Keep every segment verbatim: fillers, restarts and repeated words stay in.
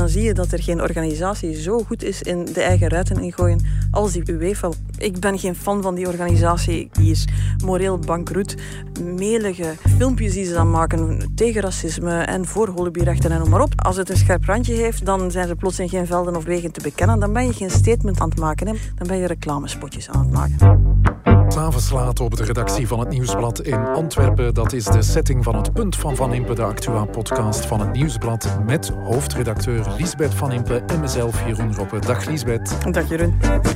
dan zie je dat er geen organisatie zo goed is in de eigen ruiten ingooien als die UEFA. Ik ben geen fan van die organisatie. Die is moreel bankroet. Melige filmpjes die ze dan maken tegen racisme en voor holibirechten en noem maar op. Als het een scherp randje heeft, dan zijn ze plots in geen velden of wegen te bekennen. Dan ben je geen statement aan het maken. Hè. Dan ben je reclamespotjes aan het maken. 'S'avonds laat op de redactie van het Nieuwsblad in Antwerpen. Dat is de setting van het Punt van Van Impe, de Actua-podcast van het Nieuwsblad, met hoofdredacteur Liesbeth Van Impe en mezelf, Jeroen Roppe. Dag Liesbeth. Dag Jeroen.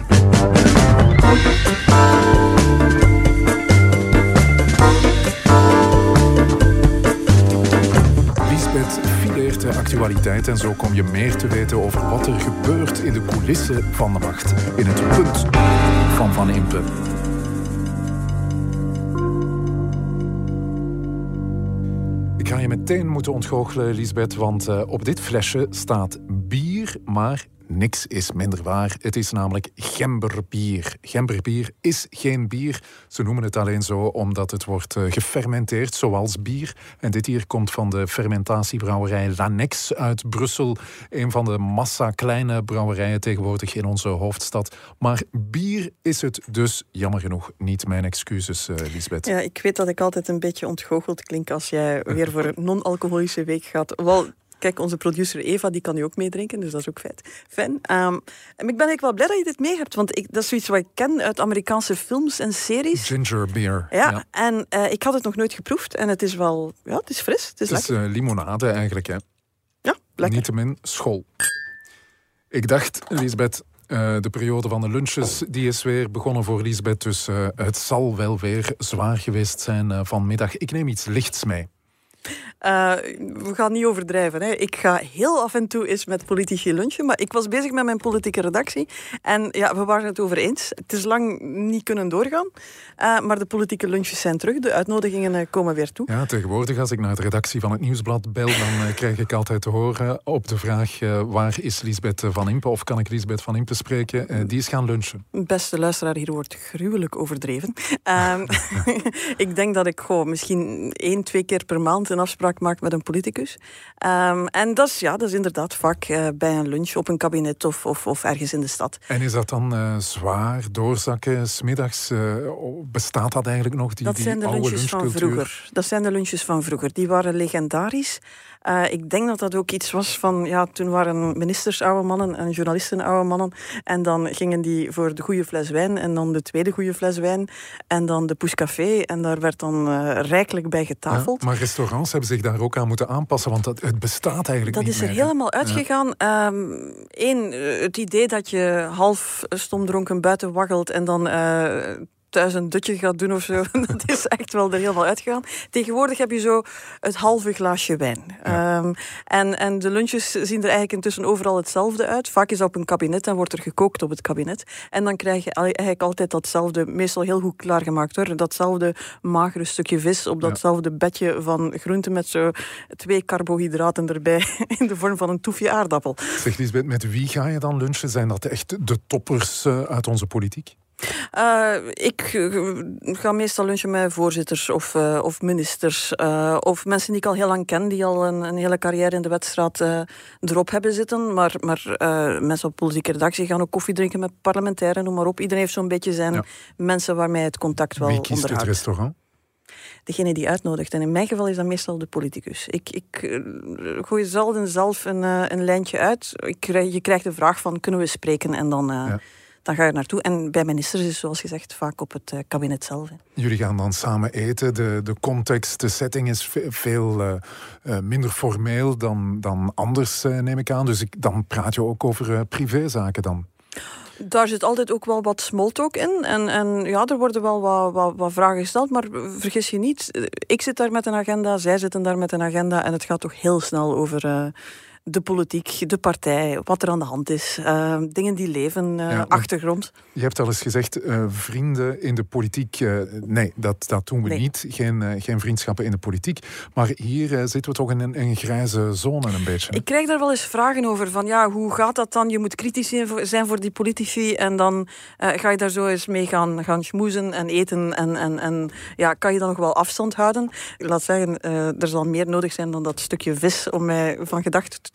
Liesbeth fileert de actualiteit en zo kom je meer te weten over wat er gebeurt in de coulissen van de macht. In het Punt van Van Impe. Ik ga je meteen moeten ontgoochelen, Liesbeth, want uh, op dit flesje staat bier, maar niks is minder waar. Het is namelijk gemberbier. Gemberbier is geen bier. Ze noemen het alleen zo omdat het wordt uh, gefermenteerd, zoals bier. En dit hier komt van de fermentatiebrouwerij Lanex uit Brussel. Een van de massa kleine brouwerijen tegenwoordig in onze hoofdstad. Maar bier is het dus, jammer genoeg, niet. Mijn excuses, uh, Liesbeth. Ja, ik weet dat ik altijd een beetje ontgoocheld klink als jij weer voor een non-alcoholische week gaat. Wel, kijk, onze producer Eva, die kan nu ook meedrinken, dus dat is ook feit. Fijn. Um, en ik ben eigenlijk wel blij dat je dit mee hebt, want ik, dat is zoiets wat ik ken uit Amerikaanse films en series. Ginger beer. Ja, ja. en uh, ik had het nog nooit geproefd en het is wel, ja, het is fris, het is het lekker. Het is uh, limonade eigenlijk, hè. Ja, lekker. Niettemin school. Ik dacht, Liesbeth, uh, de periode van de lunches, die is weer begonnen voor Liesbeth, dus uh, het zal wel weer zwaar geweest zijn uh, vanmiddag. Ik neem iets lichts mee. Uh, we gaan niet overdrijven. Hè. Ik ga heel af en toe eens met politici lunchen, maar ik was bezig met mijn politieke redactie en ja, we waren het over eens. Het is lang niet kunnen doorgaan, uh, maar de politieke lunches zijn terug. De uitnodigingen uh, komen weer toe. Ja, tegenwoordig als ik naar de redactie van het Nieuwsblad bel, dan uh, krijg ik altijd te horen op de vraag uh, waar is Liesbeth Van Impe of kan ik Liesbeth Van Impe spreken? Uh, die is gaan lunchen. Beste luisteraar, hier wordt gruwelijk overdreven. Uh, ik denk dat ik goh, misschien één, twee keer per maand een afspraak maak met een politicus. Um, en dat is, ja, dat is inderdaad vaak uh, bij een lunch op een kabinet of, of, of ergens in de stad. En is dat dan uh, zwaar doorzakken 's middags? Uh, bestaat dat eigenlijk nog, die, dat zijn die de oude lunches lunchcultuur? van vroeger. Dat zijn de lunches van vroeger. Die waren legendarisch. Uh, ik denk dat dat ook iets was van, ja, toen waren ministers oude mannen en journalisten oude mannen. En dan gingen die voor de goede fles wijn en dan de tweede goede fles wijn en dan de poescafé. En daar werd dan uh, rijkelijk bij getafeld. Ja, maar restaurants hebben zich daar ook aan moeten aanpassen, want dat, het bestaat eigenlijk dat niet meer. Dat is er meer, helemaal uitgegaan. Ja. Um, Eén, het idee dat je half stomdronken buiten waggelt en dan Uh, thuis een dutje gaat doen of zo. Dat is echt wel er helemaal uitgegaan. Tegenwoordig heb je zo het halve glaasje wijn. Ja. Um, en, en de lunches zien er eigenlijk intussen overal hetzelfde uit. Vaak is dat op een kabinet en wordt er gekookt op het kabinet. En dan krijg je eigenlijk altijd datzelfde, meestal heel goed klaargemaakt hoor, datzelfde magere stukje vis op datzelfde ja. bedje van groenten met zo twee carbohydraten erbij in de vorm van een toefje aardappel. Zeg Liesbeth, met wie ga je dan lunchen? Zijn dat echt de toppers uh, uit onze politiek? Uh, ik uh, ga meestal lunchen met voorzitters of, uh, of ministers uh, of mensen die ik al heel lang ken, die al een, een hele carrière in de wedstrijd uh, erop hebben zitten. Maar, maar uh, mensen op politieke redactie gaan ook koffie drinken met parlementairen, noem maar op. Iedereen heeft zo'n beetje zijn ja. mensen waarmee het contact wel onderhoudt. Wie kiest het restaurant? Degene die uitnodigt. En in mijn geval is dat meestal de politicus. Ik, ik uh, gooi zelden zelf een, uh, een lijntje uit. Ik, je krijgt de vraag van, kunnen we spreken? En dan Uh, ja. Dan ga je naartoe. En bij ministers is, zoals gezegd, vaak op het uh, kabinet zelf. Hè. Jullie gaan dan samen eten. De, de context, de setting is ve- veel uh, uh, minder formeel dan, dan anders, uh, neem ik aan. Dus ik, dan praat je ook over uh, privézaken dan. Daar zit altijd ook wel wat smalltalk in. En, en ja, er worden wel wat, wat, wat vragen gesteld. Maar vergis je niet, ik zit daar met een agenda, zij zitten daar met een agenda. En het gaat toch heel snel over Uh, de politiek, de partij, wat er aan de hand is. Uh, dingen die leven, uh, ja, achtergrond. Je hebt al eens gezegd, uh, vrienden in de politiek. Uh, nee, dat, dat doen we nee. niet. Geen, uh, geen vriendschappen in de politiek. Maar hier uh, zitten we toch in een, een grijze zone een beetje. Ik krijg daar wel eens vragen over. Van ja, hoe gaat dat dan? Je moet kritisch zijn voor die politici. En dan uh, ga je daar zo eens mee gaan, gaan schmoezen en eten. En, en, en ja, kan je dan nog wel afstand houden? Ik laat zeggen, uh, er zal meer nodig zijn dan dat stukje vis om mij van gedachten te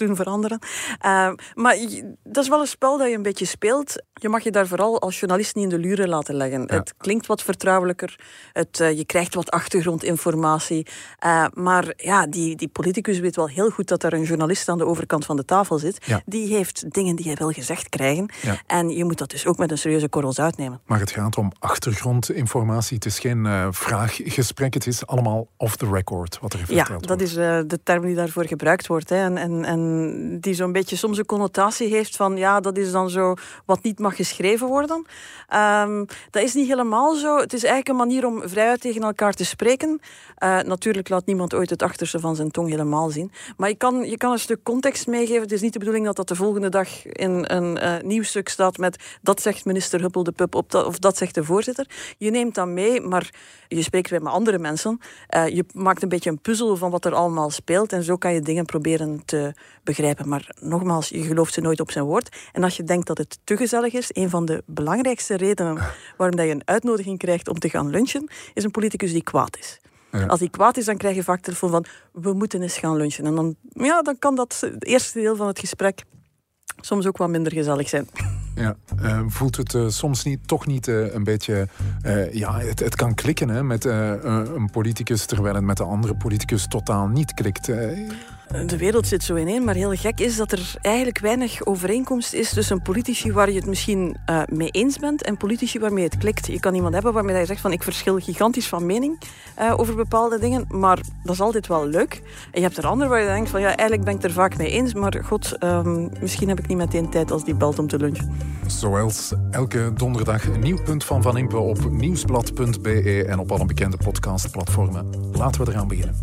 doen veranderen. Uh, maar je, dat is wel een spel dat je een beetje speelt. Je mag je daar vooral als journalist niet in de luren laten leggen. Ja. Het klinkt wat vertrouwelijker. Het, uh, je krijgt wat achtergrondinformatie. Uh, maar ja, die, die politicus weet wel heel goed dat er een journalist aan de overkant van de tafel zit. Ja. Die heeft dingen die hij wil gezegd krijgen. Ja. En je moet dat dus ook met een serieuze korrel zout nemen. Maar het gaat om achtergrondinformatie. Het is geen uh, vraaggesprek. Het is allemaal off the record wat er verteld ja, wordt. Dat is uh, de term die daarvoor gebruikt wordt. Hè. En, en, en die zo'n beetje soms een connotatie heeft van ja, dat is dan zo wat niet mag geschreven worden. Um, dat is niet helemaal zo. Het is eigenlijk een manier om vrijuit tegen elkaar te spreken. Uh, natuurlijk laat niemand ooit het achterste van zijn tong helemaal zien. Maar je kan, je kan een stuk context meegeven. Het is niet de bedoeling dat dat de volgende dag in een uh, nieuwsstuk staat met dat zegt minister Huppel de Pup op dat, of dat zegt de voorzitter. Je neemt dat mee, maar je spreekt weer met andere mensen. Uh, je maakt een beetje een puzzel van wat er allemaal speelt en zo kan je dingen proberen te begrijpen. Maar nogmaals, je gelooft ze nooit op zijn woord. En als je denkt dat het te gezellig is, een van de belangrijkste redenen waarom je een uitnodiging krijgt om te gaan lunchen, is een politicus die kwaad is. Ja. Als die kwaad is, dan krijg je vaak telefoon van we moeten eens gaan lunchen. En dan, ja, dan kan dat het eerste deel van het gesprek soms ook wat minder gezellig zijn. Ja, uh, voelt het uh, soms niet, toch niet uh, een beetje... Uh, ja, het, het kan klikken hè, met uh, een politicus, terwijl het met de andere politicus totaal niet klikt. Uh. De wereld zit zo ineen, maar heel gek is dat er eigenlijk weinig overeenkomst is tussen politici waar je het misschien uh, mee eens bent en politici waarmee het klikt. Je kan iemand hebben waarmee je zegt van ik verschil gigantisch van mening uh, over bepaalde dingen, maar dat is altijd wel leuk. En je hebt er anderen waar je denkt van ja, eigenlijk ben ik het er vaak mee eens, maar god, um, misschien heb ik niet meteen tijd als die belt om te lunchen. Zoals elke donderdag een nieuw punt van Van Impe op nieuwsblad punt b e en op alle bekende podcastplatformen. Laten we eraan beginnen.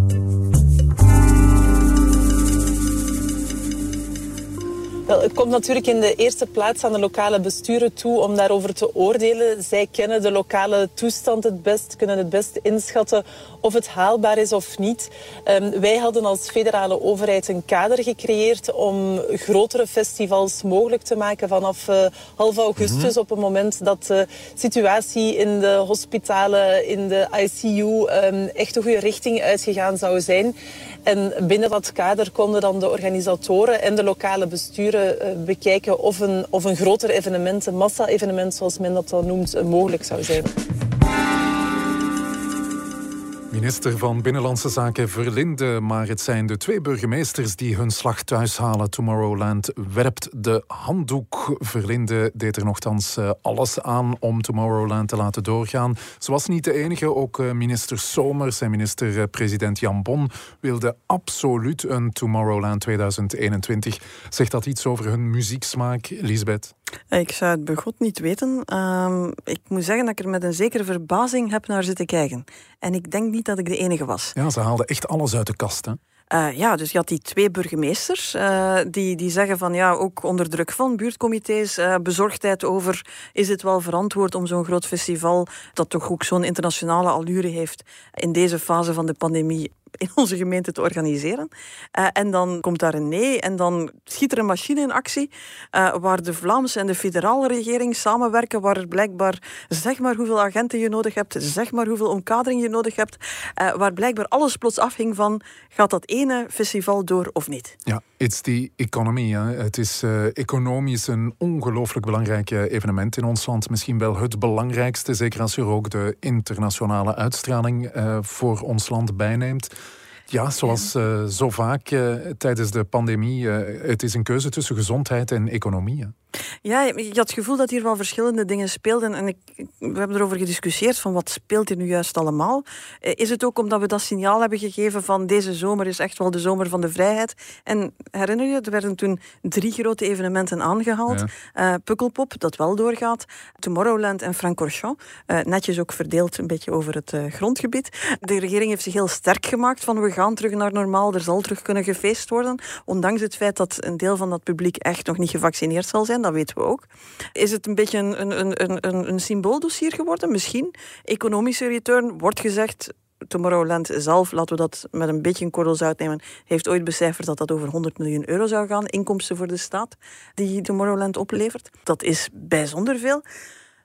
Wel, het komt natuurlijk in de eerste plaats aan de lokale besturen toe om daarover te oordelen. Zij kennen de lokale toestand het best, kunnen het best inschatten of het haalbaar is of niet. Um, wij hadden als federale overheid een kader gecreëerd om grotere festivals mogelijk te maken vanaf uh, half augustus, mm-hmm. op het moment dat de situatie in de hospitalen, in de I C U um, echt de goede richting uitgegaan zou zijn. En binnen dat kader konden dan de organisatoren en de lokale besturen uh, bekijken of een, of een groter evenement, een massa-evenement zoals men dat dan noemt, uh, mogelijk zou zijn. Minister van Binnenlandse Zaken Verlinde, maar het zijn de twee burgemeesters die hun slag thuis halen. Tomorrowland werpt de handdoek. Verlinde deed er nogthans alles aan om Tomorrowland te laten doorgaan. Ze was niet de enige, ook minister Somers en minister-president Jan Bon wilden absoluut een Tomorrowland tweeduizend eenentwintig. Zegt dat iets over hun muzieksmaak, Liesbeth? Ik zou het begot niet weten. Uh, ik moet zeggen dat ik er met een zekere verbazing heb naar zitten kijken. En ik denk niet dat ik de enige was. Ja, ze haalden echt alles uit de kast, hè? Uh, ja, dus je had die twee burgemeesters uh, die, die zeggen van ja, ook onder druk van buurtcomité's, uh, bezorgdheid over is het wel verantwoord om zo'n groot festival dat toch ook zo'n internationale allure heeft in deze fase van de pandemie in onze gemeente te organiseren. Uh, en dan komt daar een nee en dan schiet er een machine in actie uh, waar de Vlaamse en de federale regering samenwerken, waar er blijkbaar zeg maar hoeveel agenten je nodig hebt, zeg maar hoeveel omkadering je nodig hebt, uh, waar blijkbaar alles plots afhing van gaat dat ene festival door of niet. Ja, it's the economy. Hè. Het is uh, economisch een ongelooflijk belangrijk evenement in ons land. Misschien wel het belangrijkste, zeker als je er ook de internationale uitstraling uh, voor ons land bijneemt. Ja, zoals uh, zo vaak uh, tijdens de pandemie, uh, het is een keuze tussen gezondheid en economie. Hè. Ja, je had het gevoel dat hier wel verschillende dingen speelden. En ik, we hebben erover gediscussieerd van wat speelt hier nu juist allemaal. Is het ook omdat we dat signaal hebben gegeven van deze zomer is echt wel de zomer van de vrijheid. En herinner je, er werden toen drie grote evenementen aangehaald. Ja. Uh, Pukkelpop, dat wel doorgaat. Tomorrowland en Francorchamps. Uh, netjes ook verdeeld een beetje over het uh, grondgebied. De regering heeft zich heel sterk gemaakt van we gaan terug naar normaal. Er zal terug kunnen gefeest worden. Ondanks het feit dat een deel van dat publiek echt nog niet gevaccineerd zal zijn. Dat weten we ook. Is het een beetje een, een, een, een, een symbooldossier geworden? Misschien. Economische return wordt gezegd. Tomorrowland zelf, laten we dat met een beetje een korrel zout nemen, heeft ooit becijferd dat dat over honderd miljoen euro zou gaan. Inkomsten voor de staat die Tomorrowland oplevert. Dat is bijzonder veel.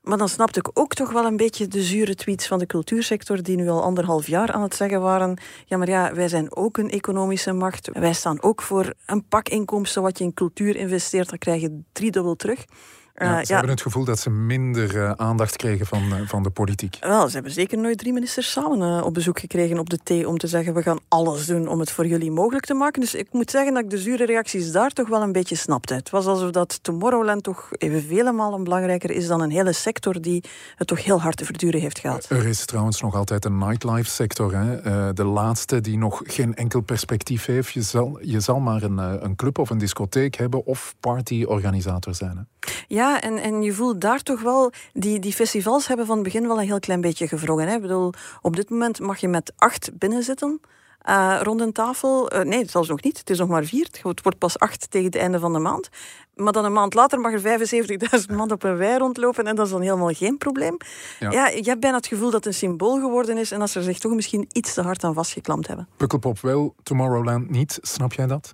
Maar dan snapte ik ook toch wel een beetje de zure tweets van de cultuursector die nu al anderhalf jaar aan het zeggen waren, ja, maar ja, wij zijn ook een economische macht. Wij staan ook voor een pak inkomsten wat je in cultuur investeert, dan krijg je driedubbel terug. Ja, ze ja. hebben het gevoel dat ze minder uh, aandacht kregen van, uh, van de politiek. Wel, ze hebben zeker nooit drie ministers samen uh, op bezoek gekregen op de thee om te zeggen, we gaan alles doen om het voor jullie mogelijk te maken. Dus ik moet zeggen dat ik de zure reacties daar toch wel een beetje snapte. Het was alsof dat Tomorrowland toch even vele malen belangrijker is dan een hele sector die het toch heel hard te verduren heeft gehad. Er is trouwens nog altijd een nightlife sector. Hè? Uh, de laatste die nog geen enkel perspectief heeft. Je zal, je zal maar een, uh, een club of een discotheek hebben of partyorganisator zijn. Hè? Ja, en, en je voelt daar toch wel, die, die festivals hebben van het begin wel een heel klein beetje gevrongen. Hè? Ik bedoel, op dit moment mag je met acht binnenzitten uh, rond een tafel. Uh, nee, zelfs nog niet. Het is nog maar vier. Het wordt pas acht tegen het einde van de maand. Maar dan een maand later mag er vijfenzeventigduizend man op een wei rondlopen en dat is dan helemaal geen probleem. Ja. ja, je hebt bijna het gevoel dat het een symbool geworden is en dat ze zich toch misschien iets te hard aan vastgeklampt hebben. Pukkelpop wel, Tomorrowland niet. Snap jij dat?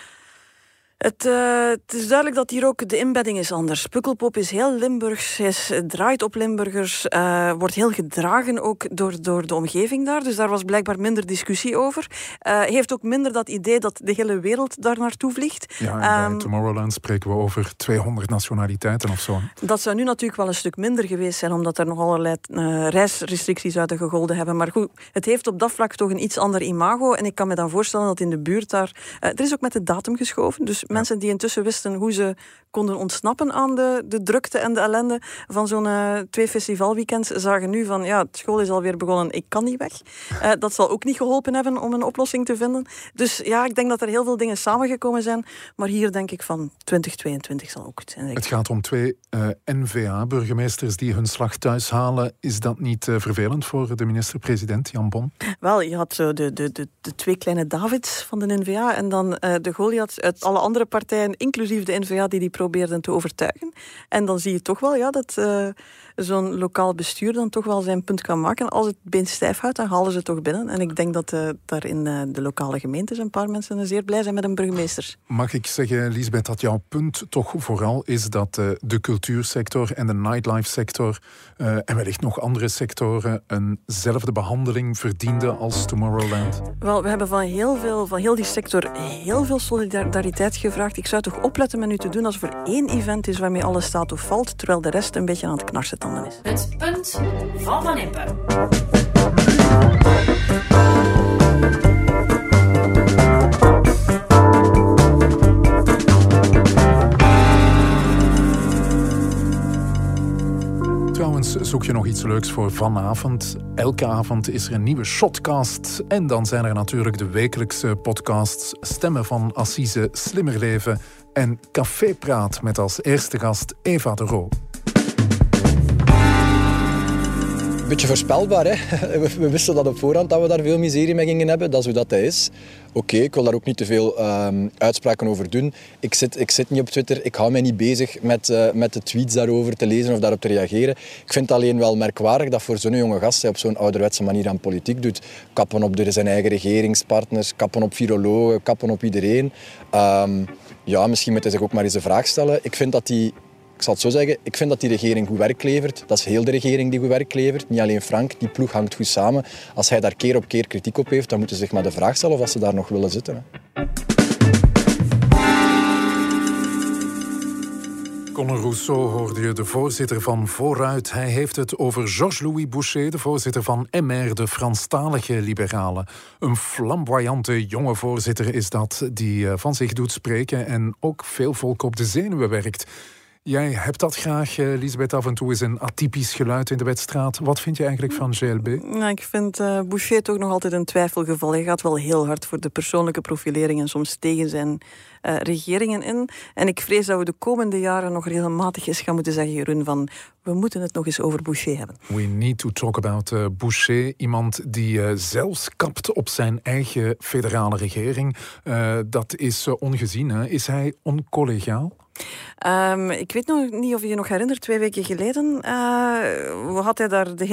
Het, uh, het is duidelijk dat hier ook de inbedding is anders. Pukkelpop is heel Limburgs, is, draait op Limburgers, uh, wordt heel gedragen ook door, door de omgeving daar. Dus daar was blijkbaar minder discussie over. Uh, heeft ook minder dat idee dat de hele wereld daar naartoe vliegt. Ja, en bij um, Tomorrowland spreken we over tweehonderd nationaliteiten of zo. Dat zou nu natuurlijk wel een stuk minder geweest zijn, omdat er nog allerlei uh, reisrestricties uit de gegolden hebben. Maar goed, het heeft op dat vlak toch een iets ander imago. En ik kan me dan voorstellen dat in de buurt daar... Uh, er is ook met de datum geschoven, dus mensen die intussen wisten hoe ze konden ontsnappen aan de, de drukte en de ellende van zo'n uh, twee festivalweekends, zagen nu van, ja, school is alweer begonnen, ik kan niet weg. Uh, dat zal ook niet geholpen hebben om een oplossing te vinden. Dus ja, ik denk dat er heel veel dingen samengekomen zijn, maar hier denk ik van twintig tweeëntwintig zal ook goed zijn. Het gaat om twee uh, N V A-burgemeesters die hun slag thuis halen. Is dat niet uh, vervelend voor de minister-president, Jan Bon? Wel, je had uh, de, de, de, de twee kleine Davids van de N V A en dan uh, de Goliaths uit alle andere partijen, inclusief de N V A, die die probeerden te overtuigen. En dan zie je toch wel ja, dat uh, zo'n lokaal bestuur dan toch wel zijn punt kan maken. Als het been stijf houdt, dan halen ze het toch binnen. En ik denk dat uh, daar in uh, de lokale gemeentes een paar mensen zeer blij zijn met een burgemeester. Mag ik zeggen, Liesbeth, dat jouw punt toch vooral is dat uh, de cultuursector en de nightlife sector uh, en wellicht nog andere sectoren eenzelfde behandeling verdienden als Tomorrowland? Wel, we hebben van heel, veel, van heel die sector heel veel solidariteit gevraagd. Ik zou toch opletten met nu te doen als er één event is waarmee alles staat of valt, terwijl de rest een beetje aan het knarsetanden is. Het punt van Van Impe. Trouwens, zoek je nog iets leuks voor vanavond? Elke avond is er een nieuwe shotcast. En dan zijn er natuurlijk de wekelijkse podcasts Stemmen van Assise, Slimmer Leven en Cafépraat met als eerste gast Eva de Roo. Beetje voorspelbaar, hè? We wisten dat op voorhand dat we daar veel miserie mee gingen hebben. Dat is hoe dat is. Oké, okay, ik wil daar ook niet te veel um, uitspraken over doen. Ik zit, ik zit niet op Twitter. Ik hou mij niet bezig met, uh, met de tweets daarover te lezen of daarop te reageren. Ik vind het alleen wel merkwaardig dat voor zo'n jonge gast hij op zo'n ouderwetse manier aan politiek doet. Kappen op de, zijn eigen regeringspartners, kappen op virologen, kappen op iedereen. Um, ja, misschien moet hij zich ook maar eens een vraag stellen. Ik vind dat die... Ik zal het zo zeggen, ik vind dat die regering goed werk levert. Dat is heel de regering die goed werk levert. Niet alleen Frank, die ploeg hangt goed samen. Als hij daar keer op keer kritiek op heeft, dan moeten ze zich maar de vraag stellen of ze daar nog willen zitten. Hè. Conor Rousseau hoorde je, de voorzitter van Vooruit. Hij heeft het over Georges-Louis Boucher, de voorzitter van M R, de Franstalige Liberalen. Een flamboyante jonge voorzitter is dat, die van zich doet spreken en ook veel volk op de zenuwen werkt. Jij hebt dat graag, Liesbeth, af en toe is een atypisch geluid in de wedstraat. Wat vind je eigenlijk van G L B? Nou, ik vind uh, Boucher toch nog altijd een twijfelgeval. Hij gaat wel heel hard voor de persoonlijke profilering en soms tegen zijn uh, regeringen in. En ik vrees dat we de komende jaren nog regelmatig eens gaan moeten zeggen, Jeroen, van we moeten het nog eens over Boucher hebben. We need to talk about uh, Boucher. Iemand die uh, zelfs kapt op zijn eigen federale regering. Uh, dat is uh, ongezien. Hè? Is hij oncollegiaal? Um, ik weet nog niet of je je nog herinnert, twee weken geleden uh, had hij daar de hele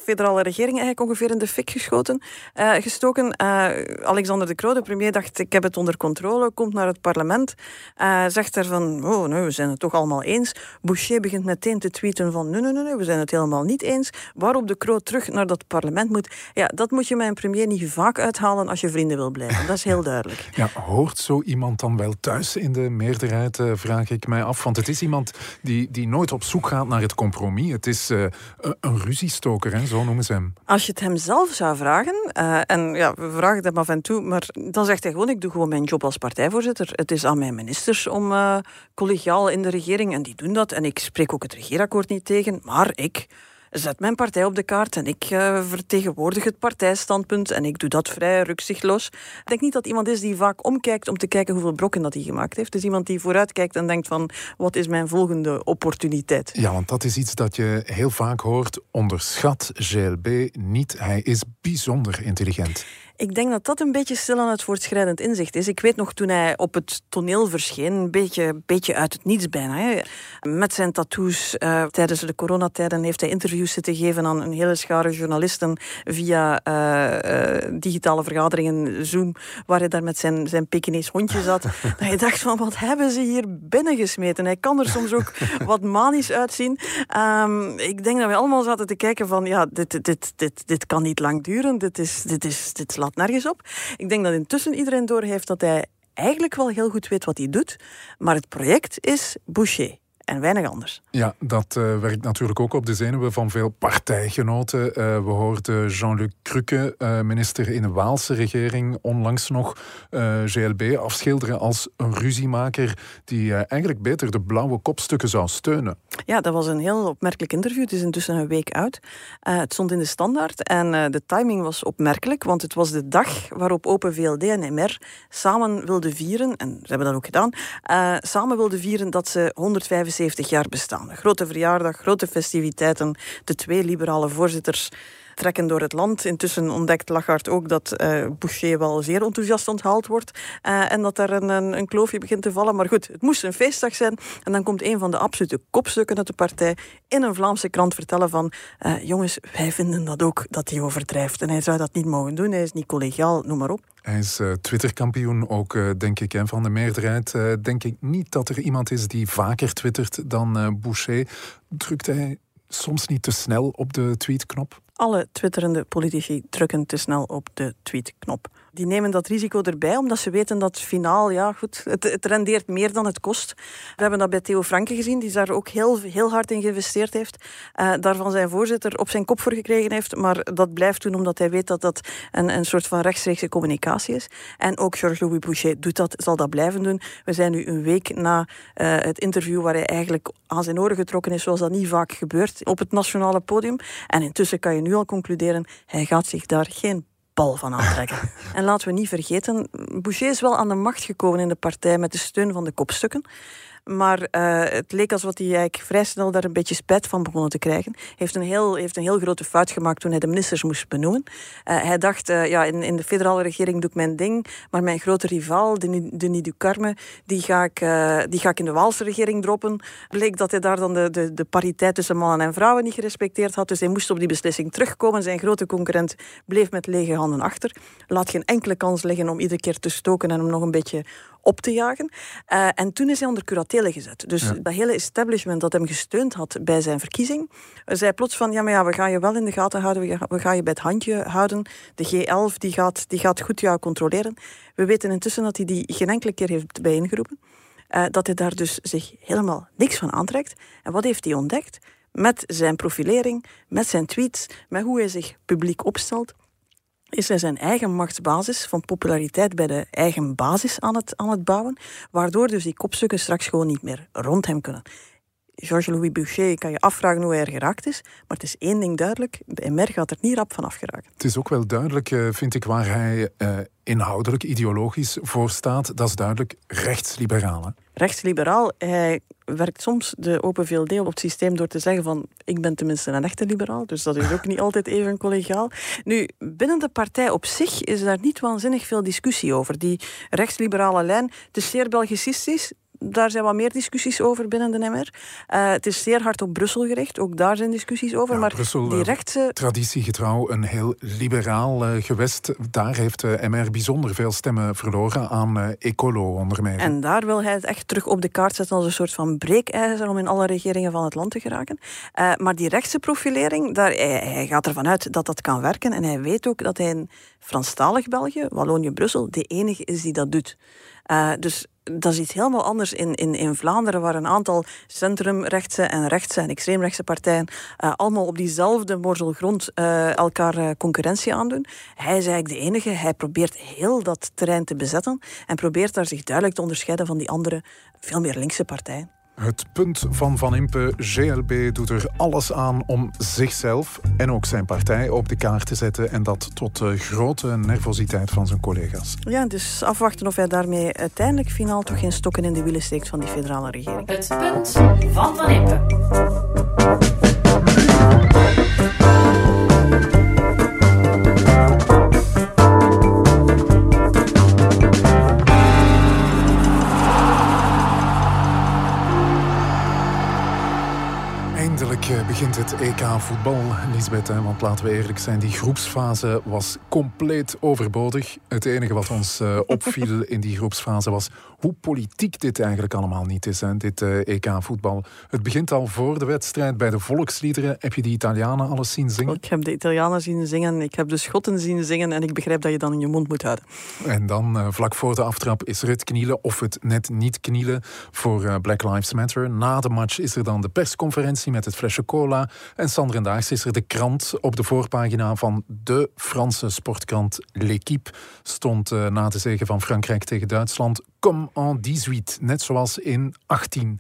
federale regering eigenlijk ongeveer in de fik geschoten, uh, gestoken. Uh, Alexander De Croo, de premier, dacht ik heb het onder controle, komt naar het parlement, uh, zegt er van, oh nee, we zijn het toch allemaal eens. Boucher begint meteen te tweeten van, nee, nee, nee, we zijn het helemaal niet eens. Waarop De Croo terug naar dat parlement moet. Ja, dat moet je met een premier niet vaak uithalen als je vrienden wil blijven. Dat is heel duidelijk. Ja, hoort zo iemand dan wel thuis in de meerderheid, uh, vraag ik mij af. Want het is iemand die, die nooit op zoek gaat naar het compromis. Het is uh, een ruziestoker, hè? Zo noemen ze hem. Als je het hem zelf zou vragen, uh, en ja, we vragen het hem af en toe, maar dan zegt hij gewoon, ik doe gewoon mijn job als partijvoorzitter. Het is aan mijn ministers om uh, collegiaal in de regering, en die doen dat. En ik spreek ook het regeerakkoord niet tegen, maar ik zet mijn partij op de kaart en ik uh, vertegenwoordig het partijstandpunt en ik doe dat vrij rukzichtloos. Ik denk niet dat iemand is die vaak omkijkt om te kijken hoeveel brokken dat hij gemaakt heeft. Het is iemand die vooruitkijkt en denkt van, wat is mijn volgende opportuniteit? Ja, want dat is iets dat je heel vaak hoort. Onderschat G L B niet. Hij is bijzonder intelligent. Ik denk dat dat een beetje stil aan het voortschrijdend inzicht is. Ik weet nog toen hij op het toneel verscheen, een beetje, beetje uit het niets bijna. Hè. Met zijn tattoos. Uh, tijdens de coronatijden heeft hij interviews zitten geven aan een hele schare journalisten via uh, uh, digitale vergaderingen, Zoom, waar hij daar met zijn, zijn Pekinees hondje zat. Dat je dacht van, wat hebben ze hier binnengesmeten? Hij kan er soms ook wat manisch uitzien. Um, ik denk dat we allemaal zaten te kijken van, ja, dit, dit, dit, dit kan niet lang duren. Dit is, dit is, dit slaat nergens op. Ik denk dat intussen iedereen doorheeft dat hij eigenlijk wel heel goed weet wat hij doet, maar het project is Boucher. En weinig anders. Ja, dat uh, werkt natuurlijk ook op de zenuwen van veel partijgenoten. Uh, we hoorden Jean-Luc Cruque, uh, minister in de Waalse regering, onlangs nog uh, G L B afschilderen als een ruziemaker die uh, eigenlijk beter de blauwe kopstukken zou steunen. Ja, dat was een heel opmerkelijk interview. Het is intussen een week uit. Uh, het stond in de Standaard en uh, de timing was opmerkelijk, want het was de dag waarop Open V L D en M R samen wilden vieren, en ze hebben dat ook gedaan, uh, samen wilden vieren dat ze honderdvijfenzeventig jaar bestaan. Een grote verjaardag, grote festiviteiten. De twee liberale voorzitters trekken door het land. Intussen ontdekt Lagarde ook dat uh, Boucher wel zeer enthousiast onthaald wordt uh, en dat er een, een, een kloofje begint te vallen. Maar goed, het moest een feestdag zijn. En dan komt een van de absolute kopstukken uit de partij in een Vlaamse krant vertellen van uh, jongens, wij vinden dat ook, dat hij overdrijft. En hij zou dat niet mogen doen. Hij is niet collegiaal, noem maar op. Hij is uh, Twitter-kampioen ook, uh, denk ik, hè, van de meerderheid. Uh, denk ik niet dat er iemand is die vaker twittert dan uh, Boucher. Drukt hij soms niet te snel op de tweetknop? Alle twitterende politici drukken te snel op de tweetknop. Die nemen dat risico erbij, omdat ze weten dat finaal, ja goed, het, het rendeert meer dan het kost. We hebben dat bij Theo Franke gezien, die daar ook heel, heel hard in geïnvesteerd heeft. Uh, daarvan zijn voorzitter op zijn kop voor gekregen heeft, maar dat blijft doen omdat hij weet dat dat een, een soort van rechtstreekse communicatie is. En ook Georges-Louis Boucher doet dat, zal dat blijven doen. We zijn nu een week na uh, het interview waar hij eigenlijk aan zijn oren getrokken is, zoals dat niet vaak gebeurt op het nationale podium. En intussen kan je nu al concluderen, hij gaat zich daar geen bal van aantrekken. En laten we niet vergeten, Boucher is wel aan de macht gekomen in de partij met de steun van de kopstukken. Maar uh, het leek alsof hij eigenlijk vrij snel daar een beetje spijt van begonnen te krijgen. Hij heeft een heel, heeft een heel grote fout gemaakt toen hij de ministers moest benoemen. Uh, hij dacht, uh, ja, in, in de federale regering doe ik mijn ding, maar mijn grote rivaal, Denis Ducarme, die ga, ik, uh, die ga ik in de Waalse regering droppen. Bleek dat hij daar dan de, de, de pariteit tussen mannen en vrouwen niet gerespecteerd had, dus hij moest op die beslissing terugkomen. Zijn grote concurrent bleef met lege handen achter. Laat geen enkele kans liggen om iedere keer te stoken en hem nog een beetje op te jagen. Uh, en toen is hij onder curatele gezet. Dus ja. Dat hele establishment dat hem gesteund had bij zijn verkiezing, zei plots van, ja, maar ja, we gaan je wel in de gaten houden, we gaan, we gaan je bij het handje houden. De G elf, die gaat, die gaat goed jou controleren. We weten intussen dat hij die geen enkele keer heeft bijeengeroepen. Uh, dat hij daar dus zich helemaal niks van aantrekt. En wat heeft hij ontdekt? Met zijn profilering, met zijn tweets, met hoe hij zich publiek opstelt, is hij zijn eigen machtsbasis van populariteit bij de eigen basis aan het, aan het bouwen, waardoor dus die kopstukken straks gewoon niet meer rond hem kunnen. Georges-Louis Boucher, kan je afvragen hoe hij er geraakt is, maar het is één ding duidelijk, de M R gaat er niet rap van afgeraken. Het is ook wel duidelijk, vind ik, waar hij uh, inhoudelijk, ideologisch voor staat. Dat is duidelijk rechtsliberaal. Hè? Rechtsliberaal, hij werkt soms de Open V L D op het systeem door te zeggen van, ik ben tenminste een echte liberaal, dus dat is ook niet altijd even collegiaal. Nu, binnen de partij op zich is daar niet waanzinnig veel discussie over. Die rechtsliberale lijn, het is zeer Belgicistisch. daar zijn wat meer discussies over binnen de M R. Uh, het is zeer hard op Brussel gericht, ook daar zijn discussies over. Ja, maar Brussel, die rechtse... traditiegetrouw, een heel liberaal uh, gewest. Daar heeft de M R bijzonder veel stemmen verloren aan uh, Ecolo onder meer. En daar wil hij het echt terug op de kaart zetten als een soort van breekijzer om in alle regeringen van het land te geraken. Uh, maar die rechtse profilering, daar, hij, hij gaat ervan uit dat dat kan werken. En hij weet ook dat hij in Franstalig België, Wallonië-Brussel, de enige is die dat doet. Uh, dus dat is iets helemaal anders in, in, in Vlaanderen, waar een aantal centrumrechtse en rechtse en extreemrechtse partijen uh, allemaal op diezelfde morzelgrond uh, elkaar uh, concurrentie aandoen. Hij is eigenlijk de enige. Hij probeert heel dat terrein te bezetten en probeert daar zich duidelijk te onderscheiden van die andere, veel meer linkse partijen. Het punt van Van Impe, G L B, doet er alles aan om zichzelf en ook zijn partij op de kaart te zetten. En dat tot de grote nervositeit van zijn collega's. Ja, dus afwachten of hij daarmee uiteindelijk finaal toch geen stokken in de wielen steekt van die federale regering. Het punt van Van Impe. Eindelijk begint het E K voetbal, Lisbeth. Hè? Want laten we eerlijk zijn, die groepsfase was compleet overbodig. Het enige wat ons uh, opviel in die groepsfase was hoe politiek dit eigenlijk allemaal niet is, hè? Dit uh, E K voetbal. Het begint al voor de wedstrijd bij de volksliederen. Heb je die Italianen alles zien zingen? Ik heb de Italianen zien zingen, ik heb de Schotten zien zingen en ik begrijp dat je dan in je mond moet houden. En dan, uh, vlak voor de aftrap, is er het knielen of het net niet knielen voor uh, Black Lives Matter. Na de match is er dan de persconferentie met het flesje cola. En Sanderendaags is er de krant op de voorpagina van de Franse sportkrant L'Équipe. Stond uh, na de zege van Frankrijk tegen Duitsland comme en dix-huit, net zoals in achttien.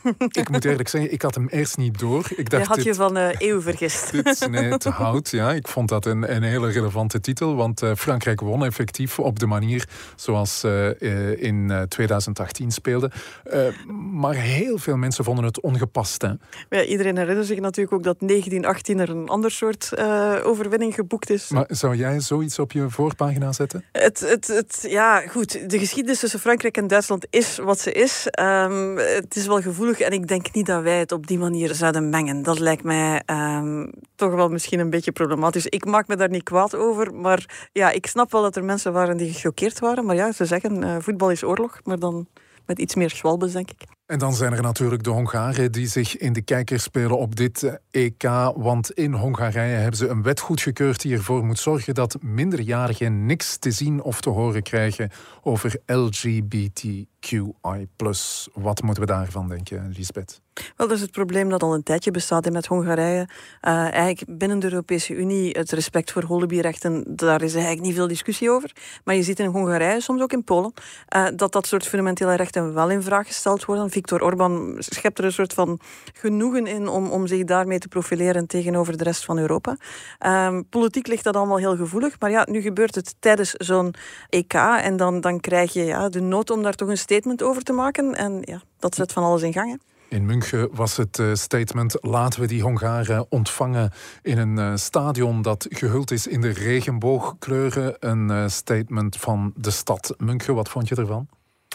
Ik moet eerlijk zeggen, ik had hem eerst niet door. Ik dacht, je had dit, je van uh, eeuw vergist. Dit sneed hout, ja. Ik vond dat een, een hele relevante titel, want uh, Frankrijk won effectief op de manier zoals uh, uh, in uh, twintig achttien speelde. Uh, maar heel veel mensen vonden het ongepast. Hè? Ja, iedereen herinnert zich natuurlijk ook dat negentien achttien er een ander soort uh, overwinning geboekt is. Maar zou jij zoiets op je voorpagina zetten? Het, het, het, ja, goed. De geschiedenis tussen Frankrijk en Duitsland is wat ze is. Um, het is wel gevoelig. En ik denk niet dat wij het op die manier zouden mengen. Dat lijkt mij um, toch wel misschien een beetje problematisch. Ik maak me daar niet kwaad over. Maar ja, ik snap wel dat er mensen waren die gechoqueerd waren. Maar ja, ze zeggen uh, voetbal is oorlog. Maar dan met iets meer schwalbes, denk ik. En dan zijn er natuurlijk de Hongaren die zich in de kijker spelen op dit E K. Want in Hongarije hebben ze een wet goedgekeurd die ervoor moet zorgen dat minderjarigen niks te zien of te horen krijgen over L G B T Q I plus. Wat moeten we daarvan denken, Lisbeth? Wel, dat is het probleem dat al een tijdje bestaat met Hongarije. Uh, eigenlijk binnen de Europese Unie, het respect voor holibi-rechten, daar is eigenlijk niet veel discussie over. Maar je ziet in Hongarije, soms ook in Polen, uh, dat dat soort fundamentele rechten wel in vraag gesteld worden. Viktor Orbán schept er een soort van genoegen in om, om zich daarmee te profileren tegenover de rest van Europa. Uh, politiek ligt dat allemaal heel gevoelig. Maar ja, nu gebeurt het tijdens zo'n E K en dan, dan krijg je ja, de nood om daar toch een statement over te maken. En ja, dat zet van alles in gang, hè. In München was het uh, statement: laten we die Hongaren ontvangen in een uh, stadion dat gehuld is in de regenboogkleuren. Een uh, statement van de stad München. Wat vond je ervan?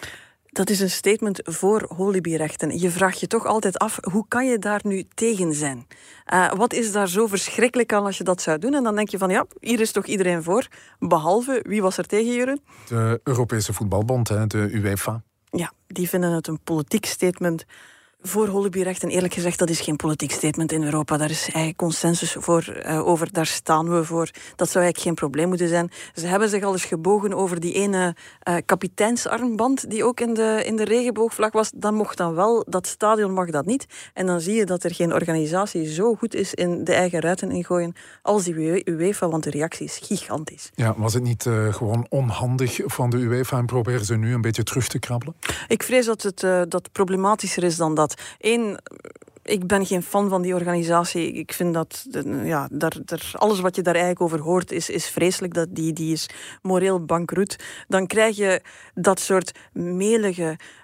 Dat is een statement voor holibi-rechten. Je vraagt je toch altijd af, hoe kan je daar nu tegen zijn? Uh, wat is daar zo verschrikkelijk aan als je dat zou doen? En dan denk je van, ja, hier is toch iedereen voor. Behalve, wie was er tegen, Jeroen? De Europese Voetbalbond, hè, de UEFA. Ja, die vinden het een politiek statement voor holibi-rechten. Eerlijk gezegd, dat is geen politiek statement in Europa. Daar is eigenlijk consensus voor, uh, over. Daar staan we voor. Dat zou eigenlijk geen probleem moeten zijn. Ze hebben zich al eens gebogen over die ene uh, kapiteinsarmband die ook in de, in de regenboogvlag was. Dat mocht dan wel. Dat stadion mag dat niet. En dan zie je dat er geen organisatie zo goed is in de eigen ruiten ingooien als die UEFA, want de reactie is gigantisch. Ja, was het niet uh, gewoon onhandig van de UEFA en proberen ze nu een beetje terug te krabbelen? Ik vrees dat het uh, dat problematischer is dan dat. Eén, ik ben geen fan van die organisatie. Ik vind dat ja, daar, daar, alles wat je daar eigenlijk over hoort is, is vreselijk. Dat die, die is moreel bankroet. Dan krijg je dat soort melige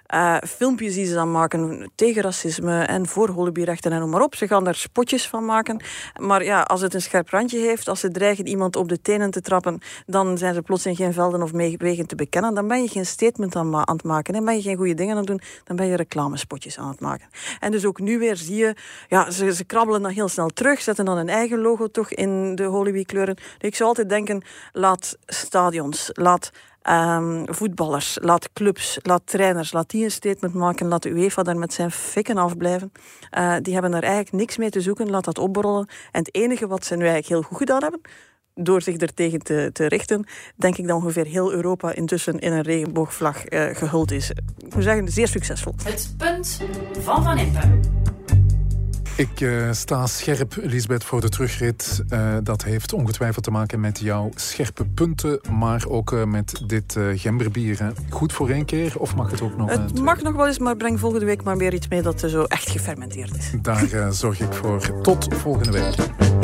Uh, filmpjes die ze dan maken tegen racisme en voor holobierechten en noem maar op. Ze gaan daar spotjes van maken. Maar ja, als het een scherp randje heeft, als ze dreigen iemand op de tenen te trappen, dan zijn ze plots in geen velden of wegen te bekennen. Dan ben je geen statement aan, aan het maken. Dan ben je geen goede dingen aan het doen. Dan ben je reclamespotjes aan het maken. En dus ook nu weer zie je, ja, ze, ze krabbelen dan heel snel terug, zetten dan een eigen logo toch in de Hollywood-kleuren. Dus ik zou altijd denken, laat stadions, laat um, voetballers, laat clubs, laat trainers, laat die een statement maken, laat de UEFA daar met zijn fikken afblijven. Uh, die hebben daar eigenlijk niks mee te zoeken, laat dat opborrelen. En het enige wat ze nu eigenlijk heel goed gedaan hebben, door zich er tegen te, te richten, denk ik dat ongeveer heel Europa intussen in een regenboogvlag uh, gehuld is. Ik moet zeggen, zeer succesvol. Het punt van Van Impe. Ik uh, sta scherp, Liesbeth, voor de terugrit. Uh, dat heeft ongetwijfeld te maken met jouw scherpe punten, maar ook uh, met dit uh, gemberbier. Hè. Goed voor één keer, of mag het ook nog? Het uh, mag nog wel eens, maar breng volgende week maar weer iets mee dat uh, zo echt gefermenteerd is. Daar uh, zorg ik voor. Tot volgende week.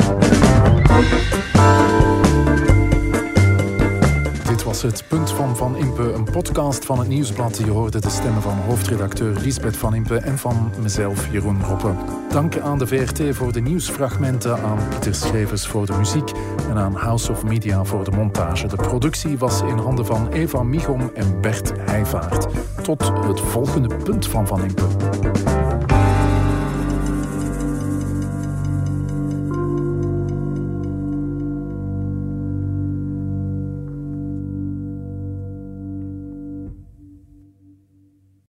Dit was het Punt van Van Impe, een podcast van het Nieuwsblad. Je hoorde de stemmen van hoofdredacteur Liesbeth Van Impe en van mezelf, Jeroen Roppe. Dank aan de V R T voor de nieuwsfragmenten, aan Pieter Schrevers voor de muziek en aan House of Media voor de montage. De productie was in handen van Eva Michom en Bert Heijvaart. Tot het volgende Punt van Van Impe.